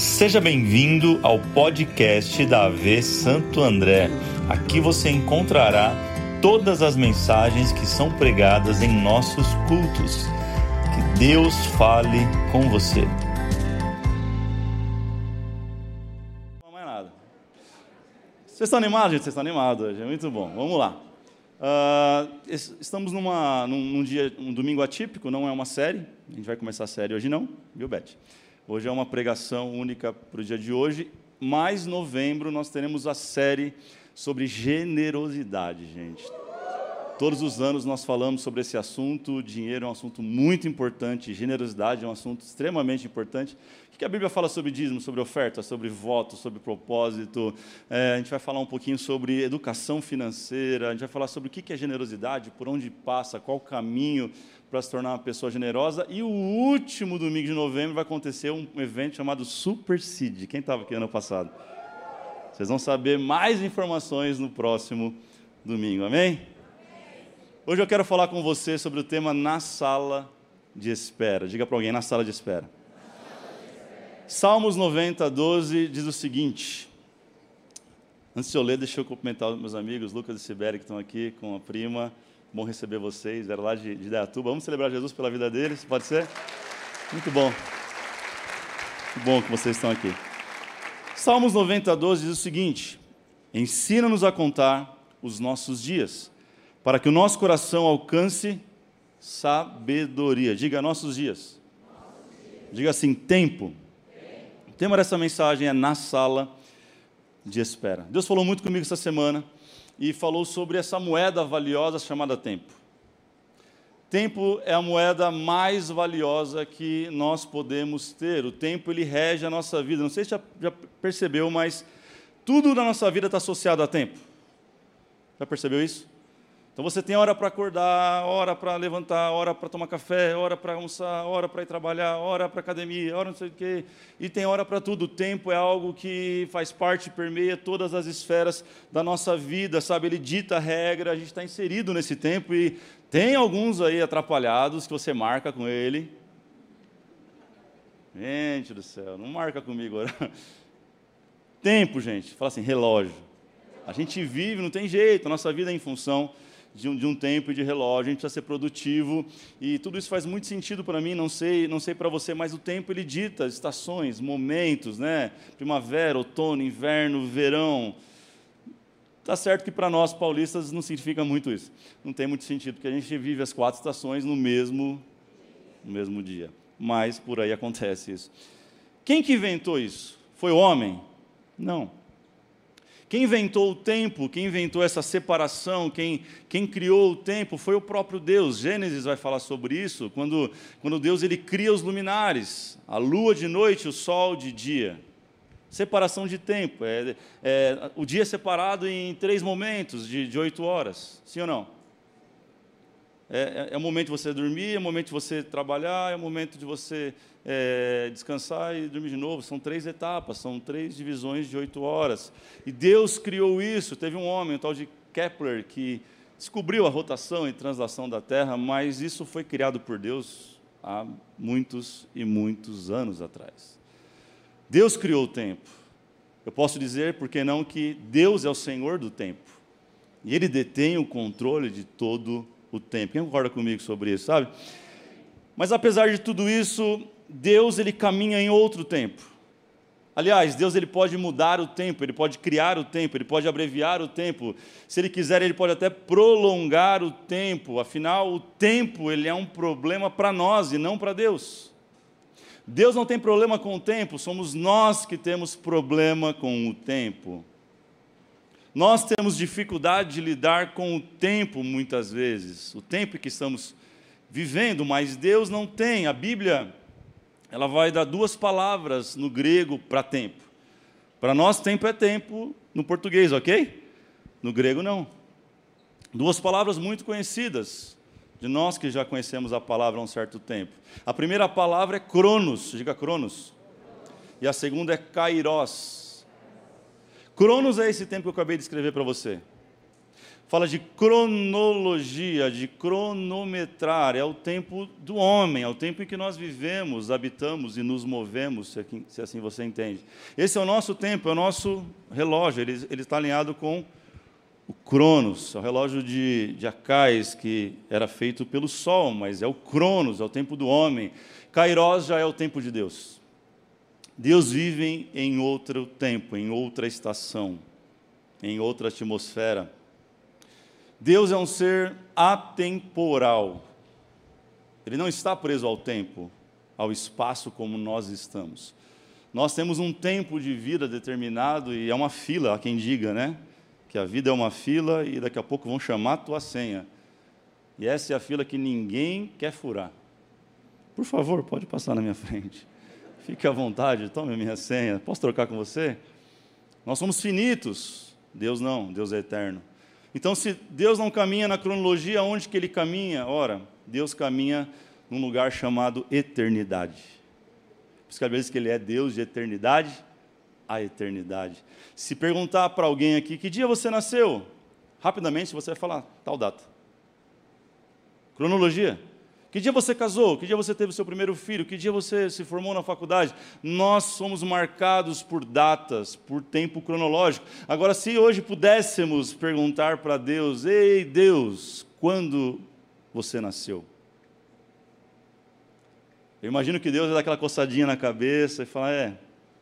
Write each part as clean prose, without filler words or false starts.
Seja bem-vindo ao podcast da AV Santo André. Aqui você encontrará todas as mensagens que são pregadas em nossos cultos. Que Deus fale com você. Não mais nada. Vocês estão animados, gente? Vocês estão animados hoje? É muito bom. Vamos lá. Estamos num domingo atípico, não é uma série. A gente vai começar a série hoje não, viu, Beth? Hoje é uma pregação única para o dia de hoje, mas em novembro nós teremos a série sobre generosidade, gente. Todos os anos nós falamos sobre esse assunto. Dinheiro é um assunto muito importante, generosidade é um assunto extremamente importante. O que a Bíblia fala sobre dízimo, sobre oferta, sobre voto, sobre propósito? A gente vai falar um pouquinho sobre educação financeira, a gente vai falar sobre o que é generosidade, por onde passa, qual o caminho para se tornar uma pessoa generosa. E o último domingo de novembro vai acontecer um evento chamado Super Seed. Quem estava aqui ano passado? Vocês vão saber mais informações no próximo domingo, amém? Hoje eu quero falar com você sobre o tema na sala de espera. Diga para alguém, na sala de espera. Salmos 90, 12 diz o seguinte. Antes de eu ler, deixa eu cumprimentar os meus amigos, Lucas e Sibéria, que estão aqui com a prima. Bom receber vocês, era lá de Dayatuba. Vamos celebrar Jesus pela vida deles, pode ser? Muito bom. Que bom que vocês estão aqui. Salmos 90, 12 diz o seguinte. Ensina-nos a contar os nossos dias, para que o nosso coração alcance sabedoria. Diga, nossos dias. Diga assim, tempo. O tema dessa mensagem é na sala de espera. Deus falou muito comigo essa semana e falou sobre essa moeda valiosa chamada tempo. Tempo é a moeda mais valiosa que nós podemos ter. O tempo, ele rege a nossa vida. Não sei se já percebeu, mas tudo na nossa vida está associado a tempo. Já percebeu isso? Então você tem hora para acordar, hora para levantar, hora para tomar café, hora para almoçar, hora para ir trabalhar, hora para academia, hora não sei o quê. E tem hora para tudo. O tempo é algo que faz parte, permeia todas as esferas da nossa vida, sabe? Ele dita a regra, a gente está inserido nesse tempo e tem alguns aí atrapalhados que você marca com ele. Gente do céu, não marca comigo agora. Tempo, gente, fala assim, relógio. A gente vive, não tem jeito, a nossa vida é em função de um tempo e de relógio, a gente precisa ser produtivo, e tudo isso faz muito sentido para mim, não sei para você, mas o tempo ele dita estações, momentos, né? Primavera, outono, inverno, verão. Está certo que para nós paulistas não significa muito isso, não tem muito sentido, porque a gente vive as 4 estações no mesmo dia, mas por aí acontece isso. Quem que inventou isso? Foi o homem? Não. Quem inventou o tempo, quem inventou essa separação, quem criou o tempo foi o próprio Deus. Gênesis vai falar sobre isso, quando Deus ele cria os luminares, a lua de noite, o sol de dia. Separação de tempo, o dia separado em 3 momentos de 8 horas, sim ou não? É o momento de você dormir, é o momento de você trabalhar, é o momento de você descansar e dormir de novo. São 3 etapas, são 3 divisões de 8 horas. E Deus criou isso. Teve um homem, o tal de Kepler, que descobriu a rotação e translação da Terra, mas isso foi criado por Deus há muitos e muitos anos atrás. Deus criou o tempo. Eu posso dizer, por que não, que Deus é o Senhor do tempo. E Ele detém o controle de todo o tempo. Quem concorda comigo sobre isso, sabe? Mas apesar de tudo isso, Deus ele caminha em outro tempo. Aliás, Deus ele pode mudar o tempo, Ele pode criar o tempo, Ele pode abreviar o tempo. Se Ele quiser, Ele pode até prolongar o tempo. Afinal, o tempo ele é um problema para nós e não para Deus. Deus não tem problema com o tempo, somos nós que temos problema com o tempo. Nós temos dificuldade de lidar com o tempo muitas vezes, o tempo que estamos vivendo, mas Deus não tem. A Bíblia, ela vai dar 2 palavras no grego para tempo. Para nós, tempo é tempo no português, ok? No grego, não. 2 palavras muito conhecidas, de nós que já conhecemos a palavra há um certo tempo. A primeira palavra é cronos, diga cronos. E a segunda é kairos. Cronos é esse tempo que eu acabei de escrever para você. fala de cronologia, de cronometrar, é o tempo do homem, é o tempo em que nós vivemos, habitamos e nos movemos, se assim você entende. Esse é o nosso tempo, é o nosso relógio, ele está alinhado com o Cronos, é o relógio de Acais, que era feito pelo Sol, mas é o Cronos, é o tempo do homem. Kairos já é o tempo de Deus. Deus vive em outro tempo, em outra estação, em outra atmosfera. Deus é um ser atemporal. Ele não está preso ao tempo, ao espaço como nós estamos. Nós temos um tempo de vida determinado e é uma fila, há quem diga, né? Que a vida é uma fila e daqui a pouco vão chamar a tua senha. E essa é a fila que ninguém quer furar. Por favor, pode passar na minha frente. Fique à vontade, tome a minha senha. Posso trocar com você? Nós somos finitos. Deus não, Deus é eterno. Então, se Deus não caminha na cronologia, onde que Ele caminha? Ora, Deus caminha num lugar chamado eternidade. Por isso que às vezes que Ele é Deus de eternidade a eternidade. Se perguntar para alguém aqui, que dia você nasceu? Rapidamente você vai falar, tal data. Cronologia. Que dia você casou? Que dia você teve o seu primeiro filho? Que dia você se formou na faculdade? Nós somos marcados por datas, por tempo cronológico. Agora, se hoje pudéssemos perguntar para Deus, ei Deus, quando você nasceu? Eu imagino que Deus vai dar aquela coçadinha na cabeça e falar,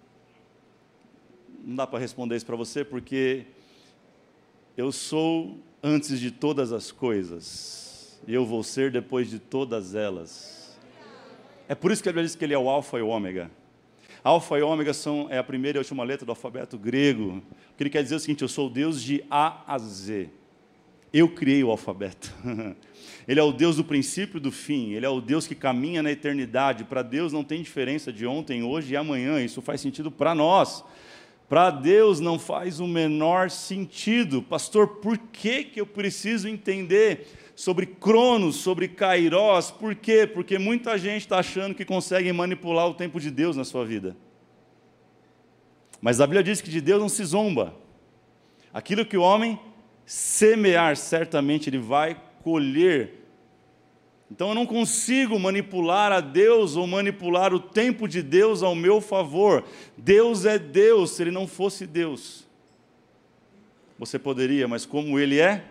não dá para responder isso para você, porque eu sou antes de todas as coisas. E eu vou ser depois de todas elas. É por isso que ele diz que ele é o alfa e o ômega. Alfa e ômega é a primeira e a última letra do alfabeto grego. O que ele quer dizer é o seguinte, eu sou o Deus de A a Z. Eu criei o alfabeto. Ele é o Deus do princípio e do fim. Ele é o Deus que caminha na eternidade. Para Deus não tem diferença de ontem, hoje e amanhã. Isso faz sentido para nós. Para Deus não faz o menor sentido. Pastor, por que eu preciso entender sobre Cronos, sobre Kairos? Por quê? Porque muita gente está achando que consegue manipular o tempo de Deus na sua vida. Mas a Bíblia diz que de Deus não se zomba. Aquilo que o homem semear, certamente ele vai colher. Então eu não consigo manipular a Deus ou manipular o tempo de Deus ao meu favor. Deus é Deus. Se Ele não fosse Deus, você poderia, mas como Ele é,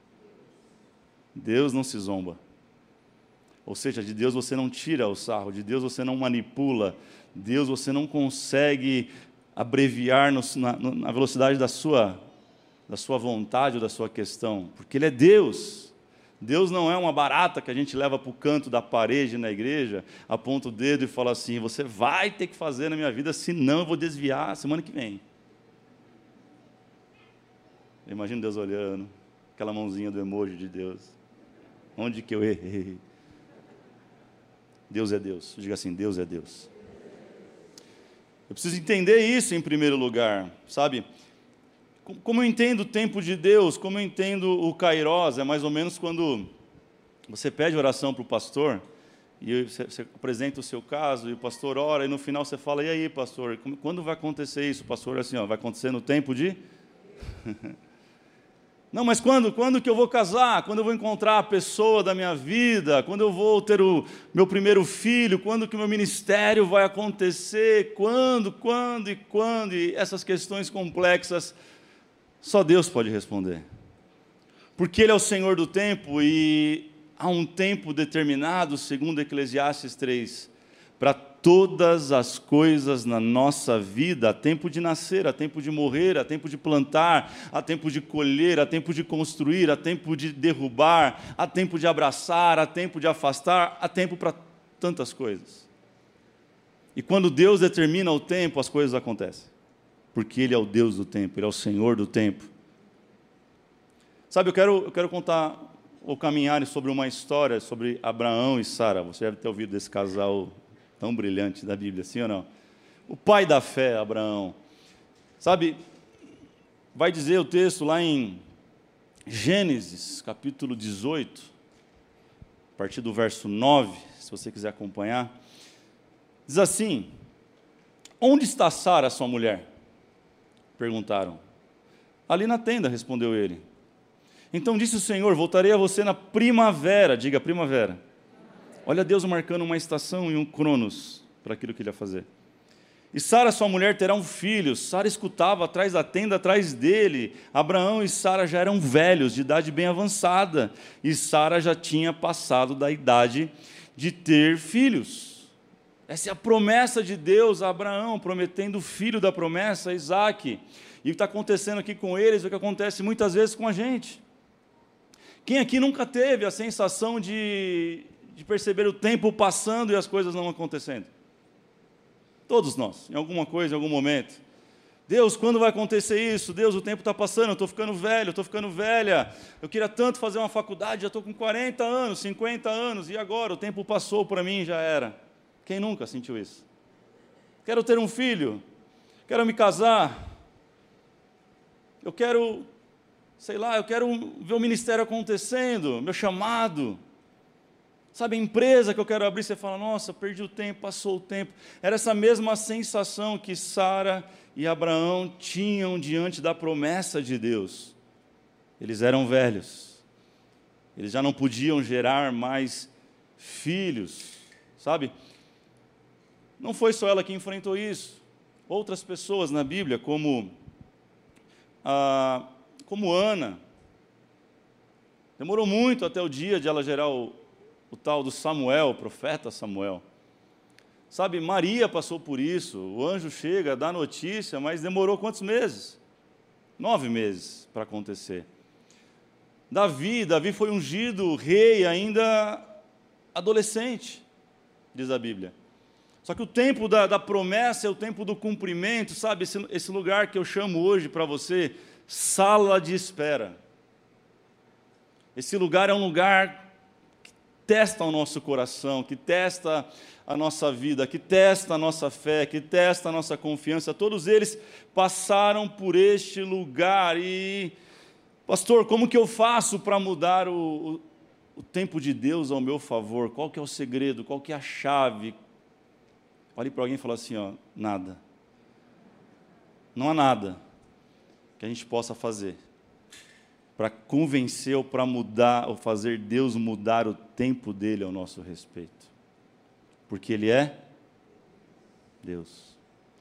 Deus não se zomba. Ou seja, de Deus você não tira o sarro, de Deus você não manipula, Deus você não consegue abreviar na velocidade da sua vontade ou da sua questão, porque Ele é Deus. Deus não é uma barata que a gente leva para o canto da parede na igreja, aponta o dedo e fala assim, você vai ter que fazer na minha vida, senão eu vou desviar semana que vem. Eu imagino Deus olhando, aquela mãozinha do emoji de Deus. Onde que eu errei? Deus é Deus. Diga assim, Deus é Deus. Eu preciso entender isso em primeiro lugar, sabe? Como eu entendo o tempo de Deus, como eu entendo o Kairos, é mais ou menos quando você pede oração para o pastor, e você apresenta o seu caso, e o pastor ora, e no final você fala, e aí pastor, quando vai acontecer isso? O pastor assim, vai acontecer no tempo de... Não, mas quando que eu vou casar? Quando eu vou encontrar a pessoa da minha vida? Quando eu vou ter o meu primeiro filho? Quando que o meu ministério vai acontecer? Quando? E essas questões complexas, só Deus pode responder. Porque Ele é o Senhor do tempo e há um tempo determinado, segundo Eclesiastes 3, para todas as coisas na nossa vida. Há tempo de nascer, há tempo de morrer, há tempo de plantar, há tempo de colher, há tempo de construir, há tempo de derrubar, há tempo de abraçar, há tempo de afastar, há tempo para tantas coisas. E quando Deus determina o tempo, as coisas acontecem. Porque Ele é o Deus do tempo, Ele é o Senhor do tempo. Sabe, eu quero contar ou caminhar sobre uma história sobre Abraão e Sara. Você deve ter ouvido desse casal tão brilhante da Bíblia, sim ou não? O pai da fé, Abraão. Sabe, vai dizer o texto lá em Gênesis, capítulo 18, a partir do verso 9, se você quiser acompanhar. Diz assim, onde está Sara, sua mulher? Perguntaram. Ali na tenda, respondeu ele. Então disse o Senhor, voltarei a você na primavera, diga primavera. Olha Deus marcando uma estação e um cronos para aquilo que ele ia fazer. E Sara, sua mulher, terá um filho. Sara escutava atrás da tenda, atrás dele. Abraão e Sara já eram velhos, de idade bem avançada. E Sara já tinha passado da idade de ter filhos. Essa é a promessa de Deus a Abraão, prometendo o filho da promessa, Isaque. E o que está acontecendo aqui com eles é o que acontece muitas vezes com a gente. Quem aqui nunca teve a sensação de perceber o tempo passando e as coisas não acontecendo? Todos nós, em alguma coisa, em algum momento. Deus, quando vai acontecer isso? Deus, o tempo está passando, eu estou ficando velho, eu estou ficando velha. Eu queria tanto fazer uma faculdade, já estou com 40 anos, 50 anos, e agora? O tempo passou para mim, já era. Quem nunca sentiu isso? Quero ter um filho, quero me casar, eu quero, sei lá, eu quero ver o ministério acontecendo, meu chamado. Sabe, a empresa que eu quero abrir, você fala, nossa, perdi o tempo, passou o tempo. Era essa mesma sensação que Sara e Abraão tinham diante da promessa de Deus. Eles eram velhos, eles já não podiam gerar mais filhos, sabe? Não foi só ela que enfrentou isso. Outras pessoas na Bíblia, como Ana, demorou muito até o dia de ela gerar o tal do Samuel, o profeta Samuel. Sabe, Maria passou por isso, o anjo chega, dá notícia, mas demorou quantos meses? 9 meses para acontecer. Davi foi ungido rei ainda adolescente, diz a Bíblia. Só que o tempo da promessa é o tempo do cumprimento, sabe, esse lugar que eu chamo hoje para você, sala de espera. Esse lugar é um lugar testa o nosso coração, que testa a nossa vida, que testa a nossa fé, que testa a nossa confiança. Todos eles passaram por este lugar. E, pastor, como que eu faço para mudar o tempo de Deus ao meu favor? Qual que é o segredo? Qual que é a chave? Olhe para alguém e fala assim, ó, nada. Não há nada que a gente possa fazer para convencer ou para mudar, ou fazer Deus mudar o tempo dele ao nosso respeito. Porque ele é Deus.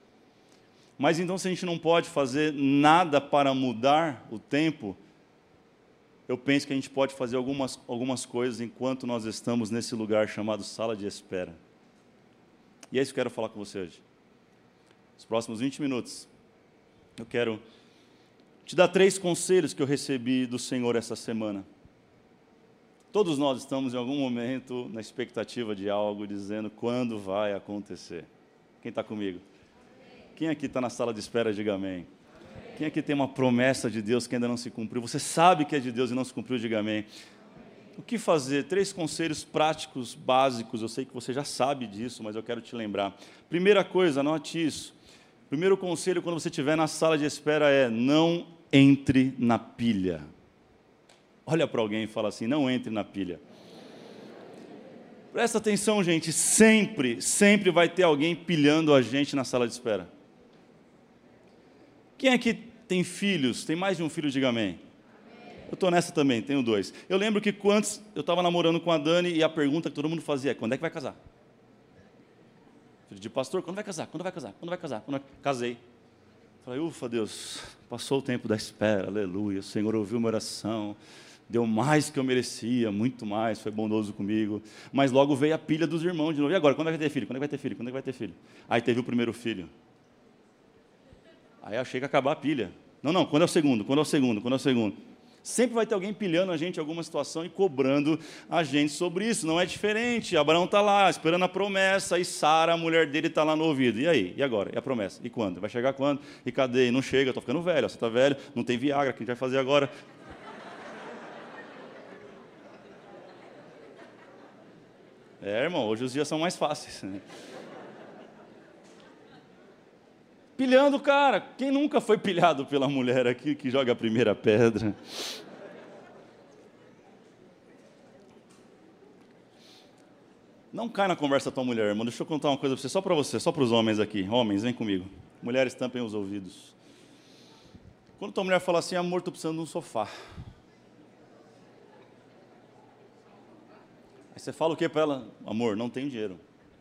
Mas então, se a gente não pode fazer nada para mudar o tempo, eu penso que a gente pode fazer algumas coisas enquanto nós estamos nesse lugar chamado sala de espera. E é isso que eu quero falar com você hoje. Nos próximos 20 minutos, eu quero te dar 3 conselhos que eu recebi do Senhor essa semana. Todos nós estamos em algum momento na expectativa de algo, dizendo quando vai acontecer. Quem está comigo? Quem aqui está na sala de espera, diga amém. Quem aqui tem uma promessa de Deus que ainda não se cumpriu? Você sabe que é de Deus e não se cumpriu, diga amém. O que fazer? 3 conselhos práticos, básicos. Eu sei que você já sabe disso, mas eu quero te lembrar. Primeira coisa, anote isso. Primeiro conselho quando você estiver na sala de espera é: não entre na pilha. Olha para alguém e fala assim, não entre na pilha. Presta atenção, gente, sempre vai ter alguém pilhando a gente na sala de espera. Quem aqui tem filhos? Tem mais de um filho, diga amém. Eu estou nessa também, tenho 2. Eu lembro que quando eu estava namorando com a Dani e a pergunta que todo mundo fazia é, quando é que vai casar? Filho de pastor, quando vai casar? Quando vai casar? Quando vai casar? Casei. Falei, ufa, Deus, passou o tempo da espera, aleluia, o Senhor ouviu minha oração, deu mais que eu merecia, muito mais, foi bondoso comigo, mas logo veio a pilha dos irmãos de novo. E agora, quando vai ter filho? Quando vai ter filho? Quando vai ter filho? Aí teve o primeiro filho. Aí achei que ia acabar a pilha. Não, quando é o segundo? Quando é o segundo? Quando é o segundo? Sempre vai ter alguém pilhando a gente em alguma situação e cobrando a gente sobre isso. Não é diferente. Abraão está lá, esperando a promessa, e Sara, a mulher dele, está lá no ouvido. E aí? E agora? E a promessa? E quando? Vai chegar quando? E cadê? E não chega, eu estou ficando velho. Você está velho, não tem Viagra, o que a gente vai fazer agora? Irmão, hoje os dias são mais fáceis. Pilhando o cara. Quem nunca foi pilhado pela mulher aqui que joga a primeira pedra? Não cai na conversa da tua mulher, irmão. Deixa eu contar uma coisa para você, só para os homens aqui. Homens, vem comigo. Mulheres, tampem os ouvidos. Quando tua mulher fala assim, amor, estou precisando de um sofá. Você fala o que para ela? Amor, não tem dinheiro.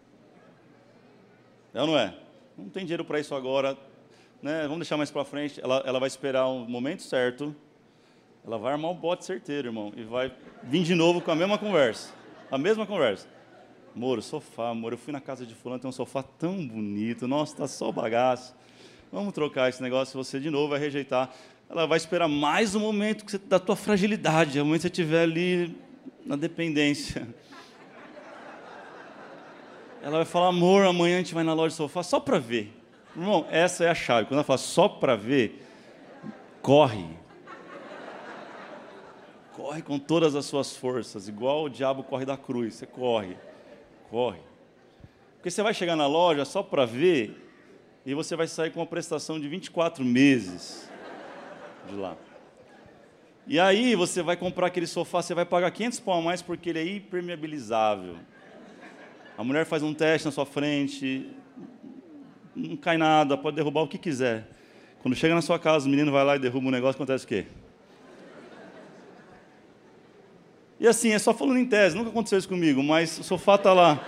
É ou não é? Não tem dinheiro para isso agora, né? Vamos deixar mais para frente. Ela vai esperar o momento certo, ela vai armar o bote certeiro, irmão, e vai vir de novo com a mesma conversa. A mesma conversa. Amor, sofá, amor, eu fui na casa de fulano, tem um sofá tão bonito, nossa, está só bagaço. Vamos trocar esse negócio, você de novo vai rejeitar. Ela vai esperar mais um momento da tua fragilidade, o momento que você estiver ali na dependência. Ela vai falar, amor, amanhã a gente vai na loja de sofá só para ver. Irmão, essa é a chave. Quando ela fala só para ver, corre. Corre com todas as suas forças, igual o diabo corre da cruz. Você corre, corre. Porque você vai chegar na loja só para ver e você vai sair com uma prestação de 24 meses de lá. E aí você vai comprar aquele sofá, você vai pagar 500 pau a mais porque ele é impermeabilizável. A mulher faz um teste na sua frente, não cai nada, pode derrubar o que quiser. Quando chega na sua casa, o menino vai lá e derruba um negócio, acontece o quê? E assim, é só falando em tese, nunca aconteceu isso comigo, mas o sofá está lá.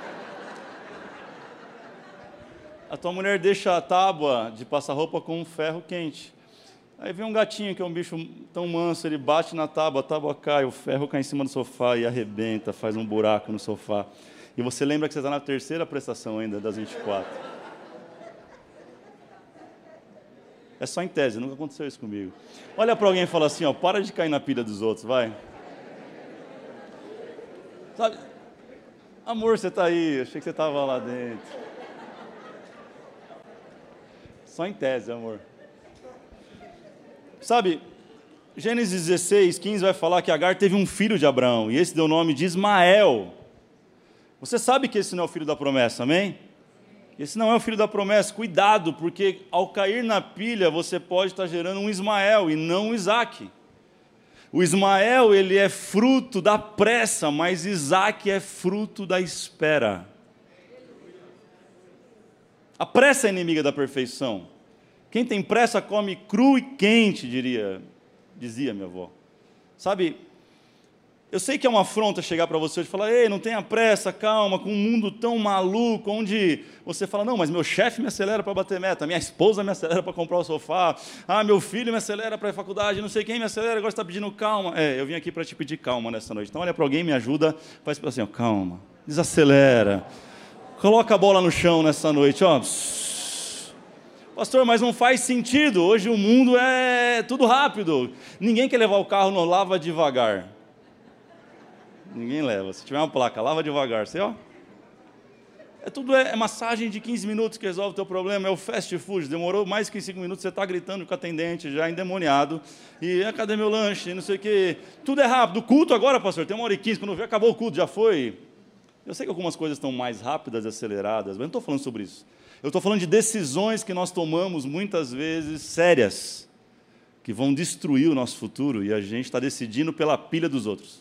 A tua mulher deixa a tábua de passar roupa com um ferro quente. Aí vem um gatinho, que é um bicho tão manso, ele bate na tábua, a tábua cai, o ferro cai em cima do sofá e arrebenta, faz um buraco no sofá. E você lembra que você está na terceira prestação ainda, das 24. É só em tese, nunca aconteceu isso comigo. Olha para alguém e fala assim, ó, para de cair na pilha dos outros, vai. Sabe? Amor, você está aí, achei que você estava lá dentro. Só em tese, amor. Sabe, Gênesis 16, 15 vai falar que Agar teve um filho de Abraão, e esse deu o nome de Ismael. Você sabe que esse não é o filho da promessa, amém? Esse não é o filho da promessa, cuidado, porque ao cair na pilha, você pode estar gerando um Ismael e não um Isaque. O Ismael, ele é fruto da pressa, mas Isaque é fruto da espera. A pressa é inimiga da perfeição. Quem tem pressa come cru e quente, dizia minha avó. Sabe, eu sei que é uma afronta chegar para você e falar, ei, não tenha pressa, calma, com um mundo tão maluco, onde você fala, não, mas meu chefe me acelera para bater meta, minha esposa me acelera para comprar o sofá, meu filho me acelera para ir à faculdade, não sei quem me acelera, agora está pedindo calma. Eu vim aqui para te pedir calma nessa noite. Então olha para alguém, me ajuda, faz assim, ó, calma, desacelera, coloca a bola no chão nessa noite, ó. Pastor, mas não faz sentido, hoje o mundo é tudo rápido, ninguém quer levar o carro no lava devagar. Ninguém leva, se tiver uma placa, lava devagar, você ó. É massagem de 15 minutos que resolve o teu problema, é o fast food, demorou mais que 5 minutos, você está gritando com o atendente, já endemoniado, e cadê meu lanche, não sei o quê, tudo é rápido, o culto agora, pastor, tem 1h15, quando vê, acabou o culto, já foi. Eu sei que algumas coisas estão mais rápidas e aceleradas, mas não estou falando sobre isso. Eu estou falando de decisões que nós tomamos, muitas vezes, sérias, que vão destruir o nosso futuro, e a gente está decidindo pela pilha dos outros.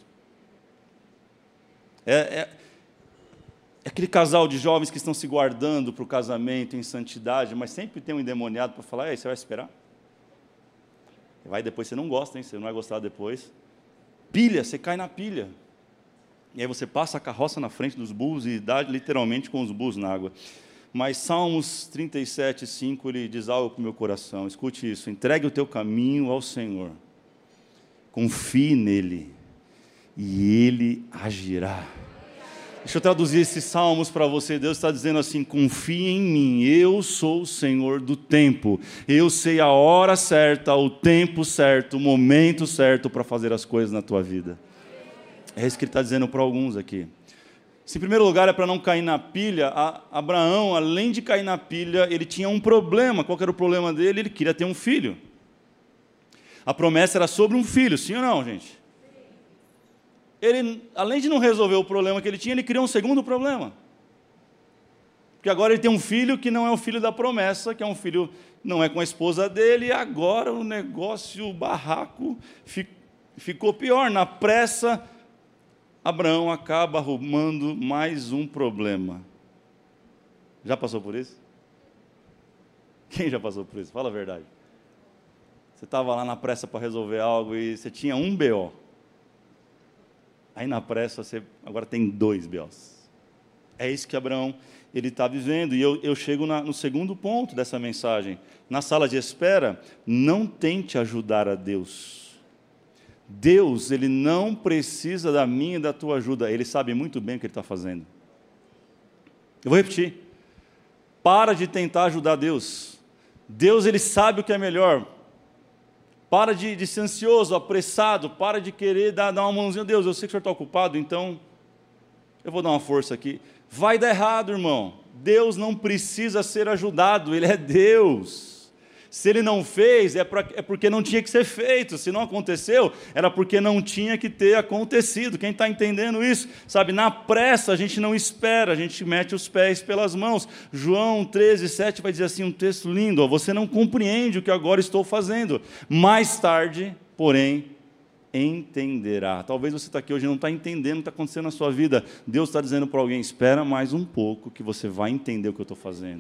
É aquele casal de jovens que estão se guardando para o casamento em santidade, mas sempre tem um endemoniado para falar, você vai esperar? Vai depois, você não gosta, hein? Você não vai gostar depois. Pilha, você cai na pilha. E aí você passa a carroça na frente dos burros e dá literalmente com os burros na água. Mas Salmos 37, 5, ele diz algo para o meu coração. Escute isso, entregue o teu caminho ao Senhor. Confie nele e ele agirá. Deixa eu traduzir esses salmos para você. Deus está dizendo assim, confie em mim, eu sou o Senhor do tempo. Eu sei a hora certa, o tempo certo, o momento certo para fazer as coisas na tua vida. É isso que ele está dizendo para alguns aqui. Se em primeiro lugar é para não cair na pilha, Abraão, além de cair na pilha, ele tinha um problema. Qual era o problema dele? Ele queria ter um filho. A promessa era sobre um filho, sim ou não, gente? Ele, além de não resolver o problema que ele tinha, ele criou um segundo problema. Porque agora ele tem um filho que não é o filho da promessa, que é um filho, não é com a esposa dele, e agora o negócio, o barraco, ficou pior. Na pressa, Abraão acaba arrumando mais um problema. Já passou por isso? Quem já passou por isso? Fala a verdade. Você estava lá na pressa para resolver algo e você tinha um BO. Aí na pressa você agora tem 2 BOs. É isso que Abraão ele está vivendo. E eu chego no segundo ponto dessa mensagem. Na sala de espera, não tente ajudar a Deus. Deus, ele não precisa da minha e da tua ajuda. Ele sabe muito bem o que ele está fazendo. Eu vou repetir. Para de tentar ajudar Deus. Deus, ele sabe o que é melhor. Para de ser ansioso, apressado. Para de querer dar uma mãozinha. Deus, eu sei que o senhor está ocupado, então eu vou dar uma força aqui. Vai dar errado, irmão. Deus não precisa ser ajudado, Ele é Deus. Se Ele não fez, é porque não tinha que ser feito. Se não aconteceu, era porque não tinha que ter acontecido. Quem está entendendo isso? Sabe, na pressa a gente não espera, a gente mete os pés pelas mãos. João 13:7 vai dizer assim, um texto lindo, ó, você não compreende o que agora estou fazendo. Mais tarde, porém, entenderá. Talvez você está aqui hoje e não está entendendo o que está acontecendo na sua vida. Deus está dizendo para alguém, espera mais um pouco que você vai entender o que eu estou fazendo.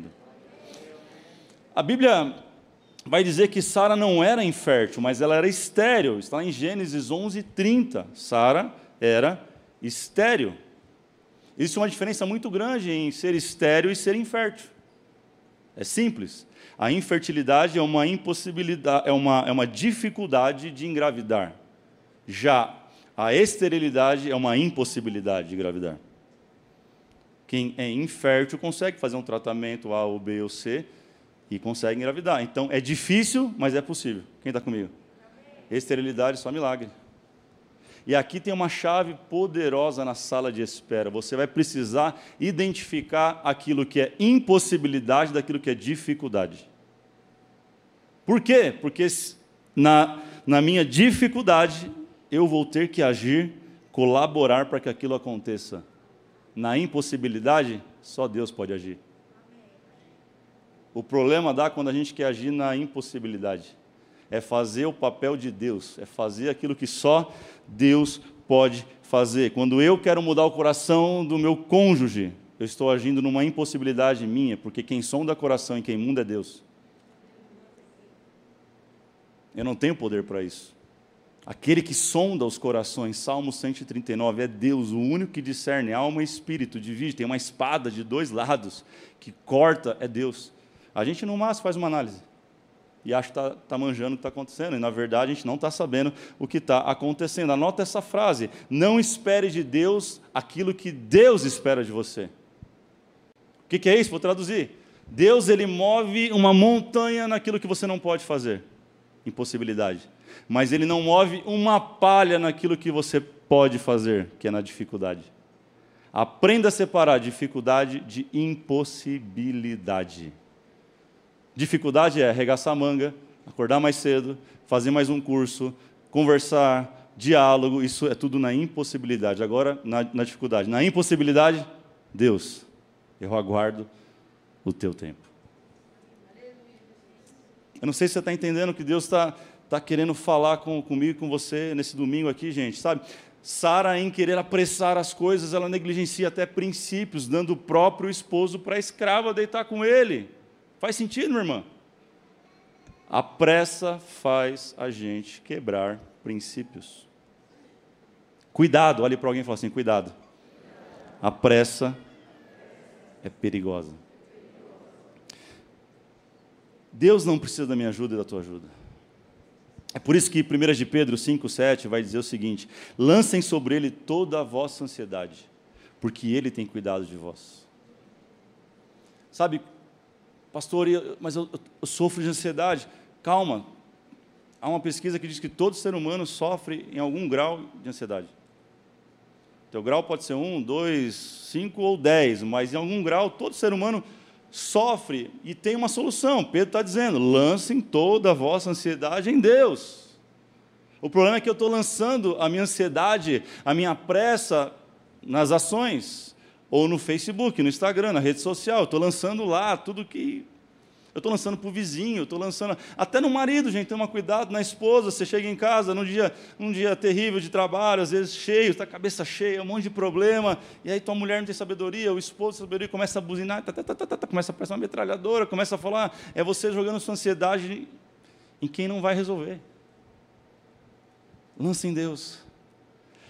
A Bíblia vai dizer que Sara não era infértil, mas ela era estéril. Está lá em Gênesis 11:30. Sara era estéril. Existe uma diferença muito grande em ser estéril e ser infértil. É simples. A infertilidade é uma impossibilidade, é uma dificuldade de engravidar. Já a esterilidade é uma impossibilidade de engravidar. Quem é infértil consegue fazer um tratamento A ou B ou C e consegue engravidar. Então, é difícil, mas é possível. Quem está comigo? Esterilidade, só milagre. E aqui tem uma chave poderosa na sala de espera. Você vai precisar identificar aquilo que é impossibilidade daquilo que é dificuldade. Por quê? Porque na minha dificuldade, eu vou ter que agir, colaborar para que aquilo aconteça. Na impossibilidade, só Deus pode agir. O problema dá quando a gente quer agir na impossibilidade. É fazer o papel de Deus, é fazer aquilo que só Deus pode fazer. Quando eu quero mudar o coração do meu cônjuge, eu estou agindo numa impossibilidade minha, porque quem sonda o coração e quem muda é Deus. Eu não tenho poder para isso. Aquele que sonda os corações, Salmo 139, é Deus, o único que discerne alma e espírito, divide, tem uma espada de 2 lados, que corta, é Deus. A gente no máximo faz uma análise, e acha que está manjando o que está acontecendo, e na verdade a gente não está sabendo o que está acontecendo. Anota essa frase, não espere de Deus aquilo que Deus espera de você. O que é isso? Vou traduzir. Deus, ele move uma montanha naquilo que você não pode fazer, impossibilidade. Mas ele não move uma palha naquilo que você pode fazer, que é na dificuldade. Aprenda a separar dificuldade de impossibilidade. Dificuldade é arregaçar a manga, acordar mais cedo, fazer mais um curso, conversar, diálogo, isso é tudo na impossibilidade. Agora, na dificuldade. Na impossibilidade, Deus, eu aguardo o teu tempo. Eu não sei se você está entendendo que Deus está querendo falar comigo e com você nesse domingo aqui, gente, sabe? Sara, em querer apressar as coisas, ela negligencia até princípios, dando o próprio esposo para a escrava deitar com ele. Faz sentido, minha irmã? A pressa faz a gente quebrar princípios. Cuidado, olhe para alguém e fala assim, cuidado. A pressa é perigosa. Deus não precisa da minha ajuda e da tua ajuda. É por isso que 1 de Pedro 5:7 vai dizer o seguinte, lancem sobre ele toda a vossa ansiedade, porque ele tem cuidado de vós. Sabe, pastor, mas eu sofro de ansiedade. Calma, há uma pesquisa que diz que todo ser humano sofre em algum grau de ansiedade. Teu grau pode ser 1, 2, 5 ou 10, mas em algum grau todo ser humano sofre e tem uma solução. Pedro está dizendo, lancem toda a vossa ansiedade em Deus. O problema é que eu estou lançando a minha ansiedade, a minha pressa nas ações, ou no Facebook, no Instagram, na rede social. Eu estou lançando lá tudo que... Eu estou lançando para o vizinho, eu estou lançando... Até no marido, gente, toma cuidado, na esposa, você chega em casa num dia terrível de trabalho, às vezes cheio, está a cabeça cheia, um monte de problema, e aí tua mulher não tem sabedoria, o esposo tem sabedoria, começa a buzinar, começa a prestar uma metralhadora, começa a falar, é você jogando sua ansiedade em quem não vai resolver. Lança em Deus.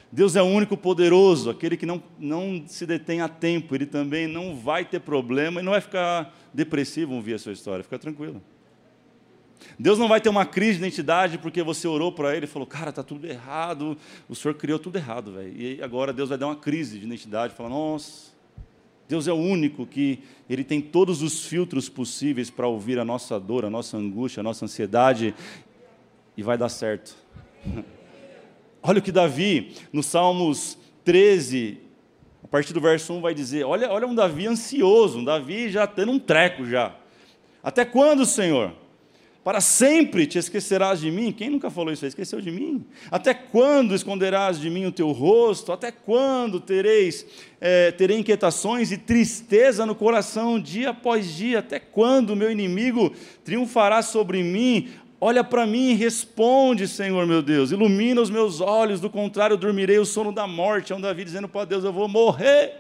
Deus é o único poderoso, aquele que não se detém a tempo, Ele também não vai ter problema e não vai ficar depressivo ouvir a sua história, fica tranquilo. Deus não vai ter uma crise de identidade porque você orou para Ele e falou, cara, está tudo errado, o Senhor criou tudo errado, velho. E agora Deus vai dar uma crise de identidade, falar, nossa, Deus é o único que Ele tem todos os filtros possíveis para ouvir a nossa dor, a nossa angústia, a nossa ansiedade, e vai dar certo. Olha o que Davi, no Salmos 13, a partir do verso 1, vai dizer, olha um Davi ansioso, um Davi já tendo um treco já. Até quando, Senhor? Para sempre te esquecerás de mim? Quem nunca falou isso aí? Esqueceu de mim? Até quando esconderás de mim o teu rosto? Até quando terei inquietações e tristeza no coração dia após dia? Até quando o meu inimigo triunfará sobre mim? Olha para mim e responde, Senhor meu Deus. Ilumina os meus olhos, do contrário eu dormirei o sono da morte. É um Davi dizendo para Deus, eu vou morrer.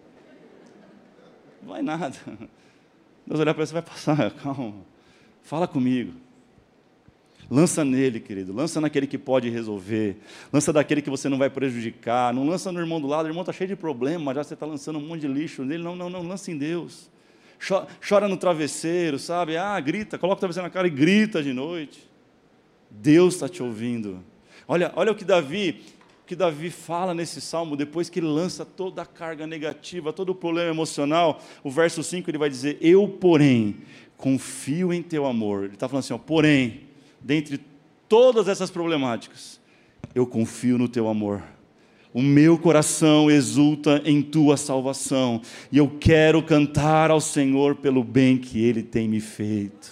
Não vai nada. Deus olhar para você, vai passar, calma. Fala comigo. Lança nele, querido. Lança naquele que pode resolver. Lança daquele que você não vai prejudicar. Não lança no irmão do lado. O irmão está cheio de problema, já você está lançando um monte de lixo nele. Não, lança em Deus. Chora no travesseiro, sabe? Grita, coloca o travesseiro na cara e grita de noite. Deus está te ouvindo. Olha o que Davi fala nesse salmo, depois que ele lança toda a carga negativa, todo o problema emocional. O verso 5 ele vai dizer, eu, porém, confio em teu amor. Ele está falando assim, porém, dentre todas essas problemáticas, eu confio no teu amor. O meu coração exulta em tua salvação, e eu quero cantar ao Senhor pelo bem que Ele tem me feito.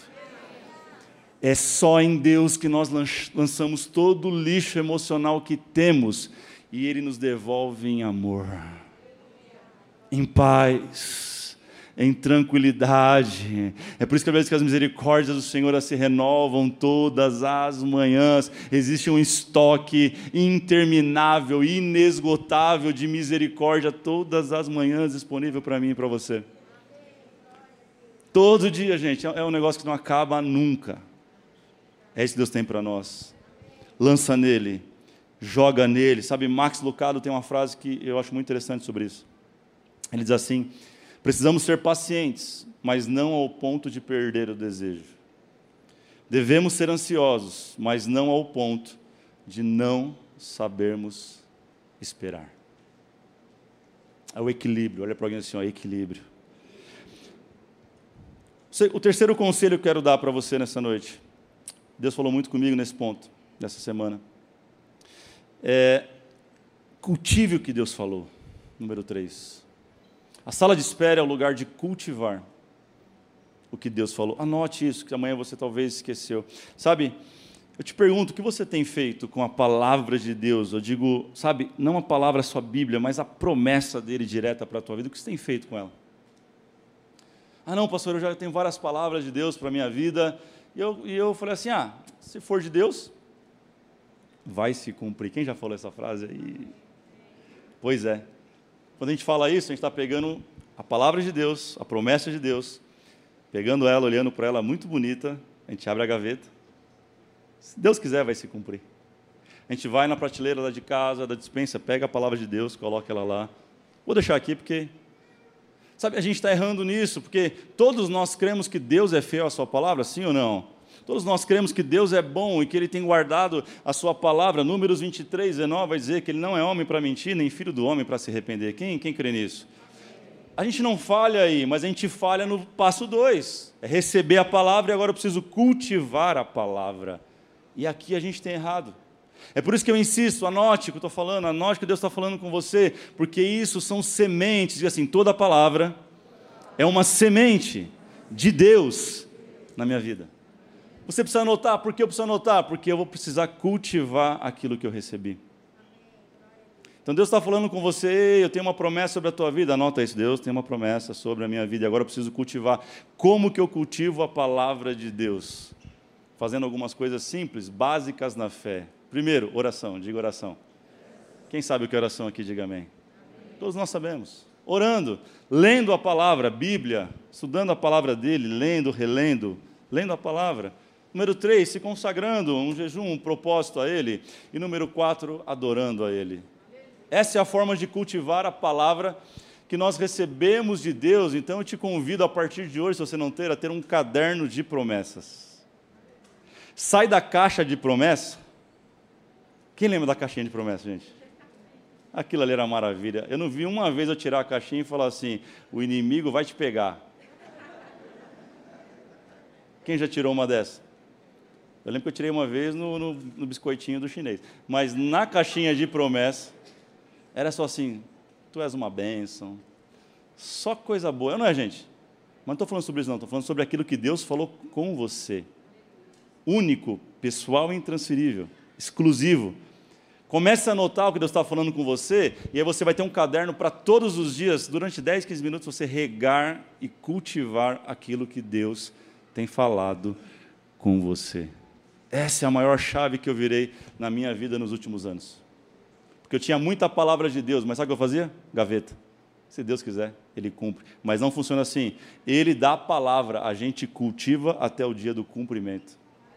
É só em Deus que nós lançamos todo o lixo emocional que temos, e Ele nos devolve em amor, em paz, em tranquilidade. É por isso que às vezes que as misericórdias do Senhor se renovam todas as manhãs. Existe um estoque interminável, inesgotável de misericórdia todas as manhãs disponível para mim e para você. Todo dia, gente, é um negócio que não acaba nunca. É isso que Deus tem para nós. Lança nele, joga nele. Sabe, Max Lucado tem uma frase que eu acho muito interessante sobre isso. Ele diz assim, precisamos ser pacientes, mas não ao ponto de perder o desejo. Devemos ser ansiosos, mas não ao ponto de não sabermos esperar. É o equilíbrio. Olha para alguém assim, equilíbrio. O terceiro conselho que eu quero dar para você nessa noite, Deus falou muito comigo nesse ponto, nessa semana, cultive o que Deus falou. Número 3. A sala de espera é o lugar de cultivar o que Deus falou. Anote isso, que amanhã você talvez esqueceu. Sabe, eu te pergunto, o que você tem feito com a palavra de Deus? Eu digo, sabe, não a palavra, a sua Bíblia, mas a promessa dele direta para a tua vida. O que você tem feito com ela? Não, pastor, eu já tenho várias palavras de Deus para a minha vida. E eu falei assim, se for de Deus, vai se cumprir. Quem já falou essa frase aí? Pois é. Quando a gente fala isso, a gente está pegando a palavra de Deus, a promessa de Deus, pegando ela, olhando para ela muito bonita, a gente abre a gaveta. Se Deus quiser, vai se cumprir. A gente vai na prateleira lá de casa, da despensa, pega a palavra de Deus, coloca ela lá. Vou deixar aqui porque... Sabe, a gente está errando nisso, porque todos nós cremos que Deus é fiel à sua palavra, sim ou não? Todos nós cremos que Deus é bom e que Ele tem guardado a sua palavra. Números 23, 19 vai dizer que Ele não é homem para mentir, nem filho do homem para se arrepender. Quem crê nisso? A gente não falha aí, mas a gente falha no passo 2. É receber a palavra e agora eu preciso cultivar a palavra. E aqui a gente tem errado. É por isso que eu insisto, anote o que eu estou falando, anote o que Deus está falando com você, porque isso são sementes, e assim, toda palavra é uma semente de Deus na minha vida. Você precisa anotar. Por que eu preciso anotar? Porque eu vou precisar cultivar aquilo que eu recebi. Então Deus está falando com você, eu tenho uma promessa sobre a tua vida, anota isso, Deus tem uma promessa sobre a minha vida, e agora eu preciso cultivar. Como que eu cultivo a palavra de Deus? Fazendo algumas coisas simples, básicas na fé. Primeiro, oração, diga oração. Quem sabe o que é oração aqui, diga amém. Todos nós sabemos. Orando, lendo a palavra, a Bíblia, estudando a palavra dele, lendo, relendo, lendo a palavra. Número 3, se consagrando, um jejum, um propósito a ele. E número 4, adorando a ele. Essa é a forma de cultivar a palavra que nós recebemos de Deus. Então eu te convido a partir de hoje, se você não ter, a ter um caderno de promessas. Sai da caixa de promessa. Quem lembra da caixinha de promessa, gente? Aquilo ali era maravilha. Eu não vi uma vez eu tirar a caixinha e falar assim, o inimigo vai te pegar. Quem já tirou uma dessa? Eu lembro que eu tirei uma vez no biscoitinho do chinês. Mas na caixinha de promessa, era só assim, tu és uma bênção. Só coisa boa. Não é, gente? Mas não estou falando sobre isso, não. Estou falando sobre aquilo que Deus falou com você. Único, pessoal e intransferível. Exclusivo. Comece a anotar o que Deus está falando com você, e aí você vai ter um caderno para todos os dias, durante 10, 15 minutos, você regar e cultivar aquilo que Deus tem falado com você. Essa é a maior chave que eu virei na minha vida nos últimos anos. Porque eu tinha muita palavra de Deus, mas sabe o que eu fazia? Gaveta. Se Deus quiser, Ele cumpre. Mas não funciona assim. Ele dá a palavra, a gente cultiva até o dia do cumprimento.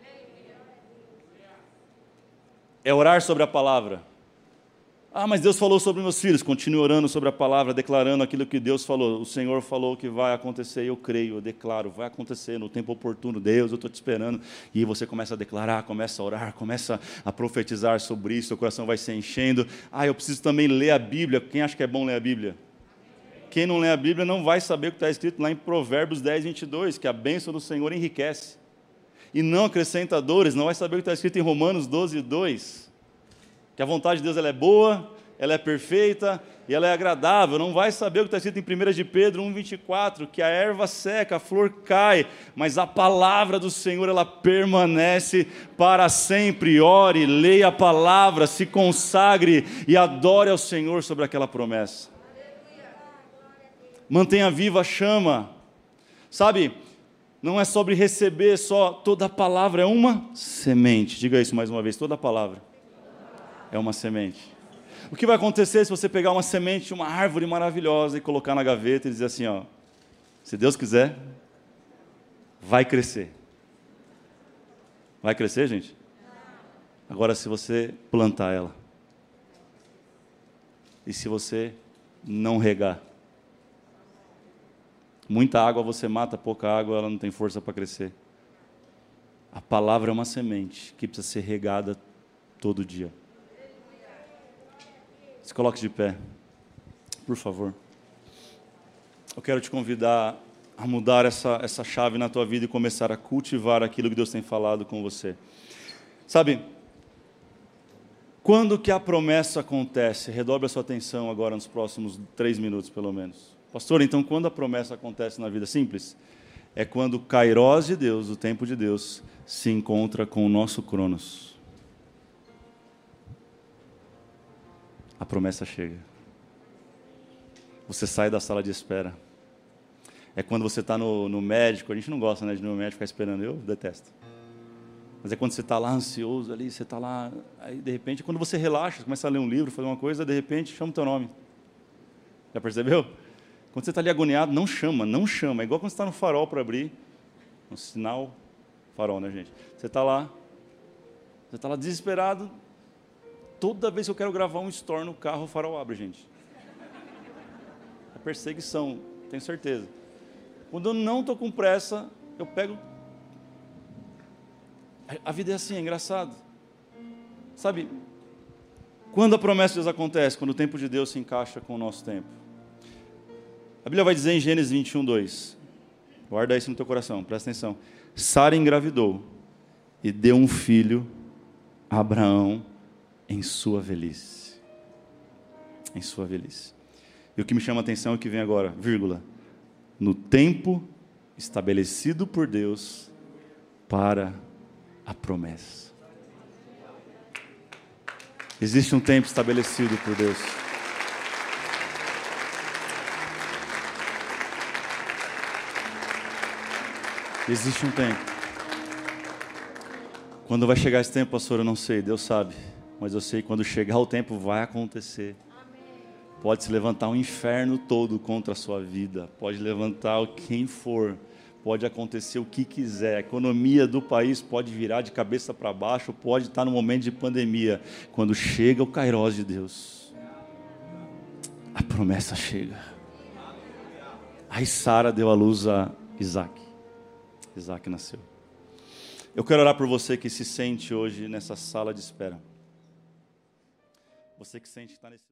É orar sobre a palavra. Ah, mas Deus falou sobre meus filhos. Continue orando sobre a palavra, declarando aquilo que Deus falou. O Senhor falou que vai acontecer, eu creio, eu declaro, vai acontecer no tempo oportuno. Deus, eu estou te esperando. E você começa a declarar, começa a orar, começa a profetizar sobre isso, o coração vai se enchendo. Ah, eu preciso também ler a Bíblia. Quem acha que é bom ler a Bíblia? Quem não lê a Bíblia não vai saber o que está escrito lá em Provérbios 10, 22, que a bênção do Senhor enriquece e não acrescenta dores. Não vai saber o que está escrito em Romanos 12, 2, que a vontade de Deus ela é boa, ela é perfeita e ela é agradável. Não vai saber o que está escrito em 1 de Pedro 1, 24, que a erva seca, a flor cai, mas a palavra do Senhor ela permanece para sempre. Ore, leia a palavra, se consagre e adore ao Senhor sobre aquela promessa. Mantenha viva a chama. Sabe, não é sobre receber só, toda a palavra é uma semente. Diga isso mais uma vez, toda a palavra é uma semente. O que vai acontecer se você pegar uma semente de uma árvore maravilhosa e colocar na gaveta e dizer assim, ó, se Deus quiser, vai crescer. Vai crescer, gente? Agora, se você plantar ela, e se você não regar, muita água você mata, pouca água ela não tem força para crescer. A palavra é uma semente que precisa ser regada todo dia. Se coloque de pé, por favor. Eu quero te convidar a mudar essa chave na tua vida e começar a cultivar aquilo que Deus tem falado com você. Sabe, quando que a promessa acontece? Redobre a sua atenção agora nos próximos 3 minutos, pelo menos. Pastor, então quando a promessa acontece na vida? Simples. É quando o Kairós de Deus, o tempo de Deus, se encontra com o nosso Cronos. A promessa chega. Você sai da sala de espera. É quando você está no médico, a gente não gosta, né, de ir no médico ficar esperando, eu detesto. Mas é quando você está lá ansioso, ali, você está lá, aí de repente, quando você relaxa, começa a ler um livro, fazer uma coisa, de repente chama o teu nome. Já percebeu? Quando você está ali agoniado, não chama. É igual quando você está no farol para abrir, no sinal, farol, né, gente? Você está lá desesperado. Toda vez que eu quero gravar um story no carro, o farol abre, gente. É perseguição, tenho certeza. Quando eu não estou com pressa, eu pego... A vida é assim, é engraçado. Sabe, quando a promessa de Deus acontece? Quando o tempo de Deus se encaixa com o nosso tempo. A Bíblia vai dizer em Gênesis 21, 2. Guarda isso no teu coração, presta atenção. Sara engravidou e deu um filho a Abraão em sua velhice. Em sua velhice. E o que me chama a atenção é o que vem agora, vírgula. No tempo estabelecido por Deus para a promessa. Existe um tempo estabelecido por Deus. Existe um tempo. Quando vai chegar esse tempo, pastor, eu não sei, Deus sabe. Mas eu sei que quando chegar o tempo vai acontecer. Pode se levantar um inferno todo contra a sua vida. Pode levantar quem for. Pode acontecer o que quiser. A economia do país pode virar de cabeça para baixo. Pode estar no momento de pandemia. Quando chega o Kairós de Deus, promessa chega. Aí Sara deu à luz a Isaac. Isaac nasceu. Eu quero orar por você que se sente hoje nessa sala de espera. Você que sente que está nesse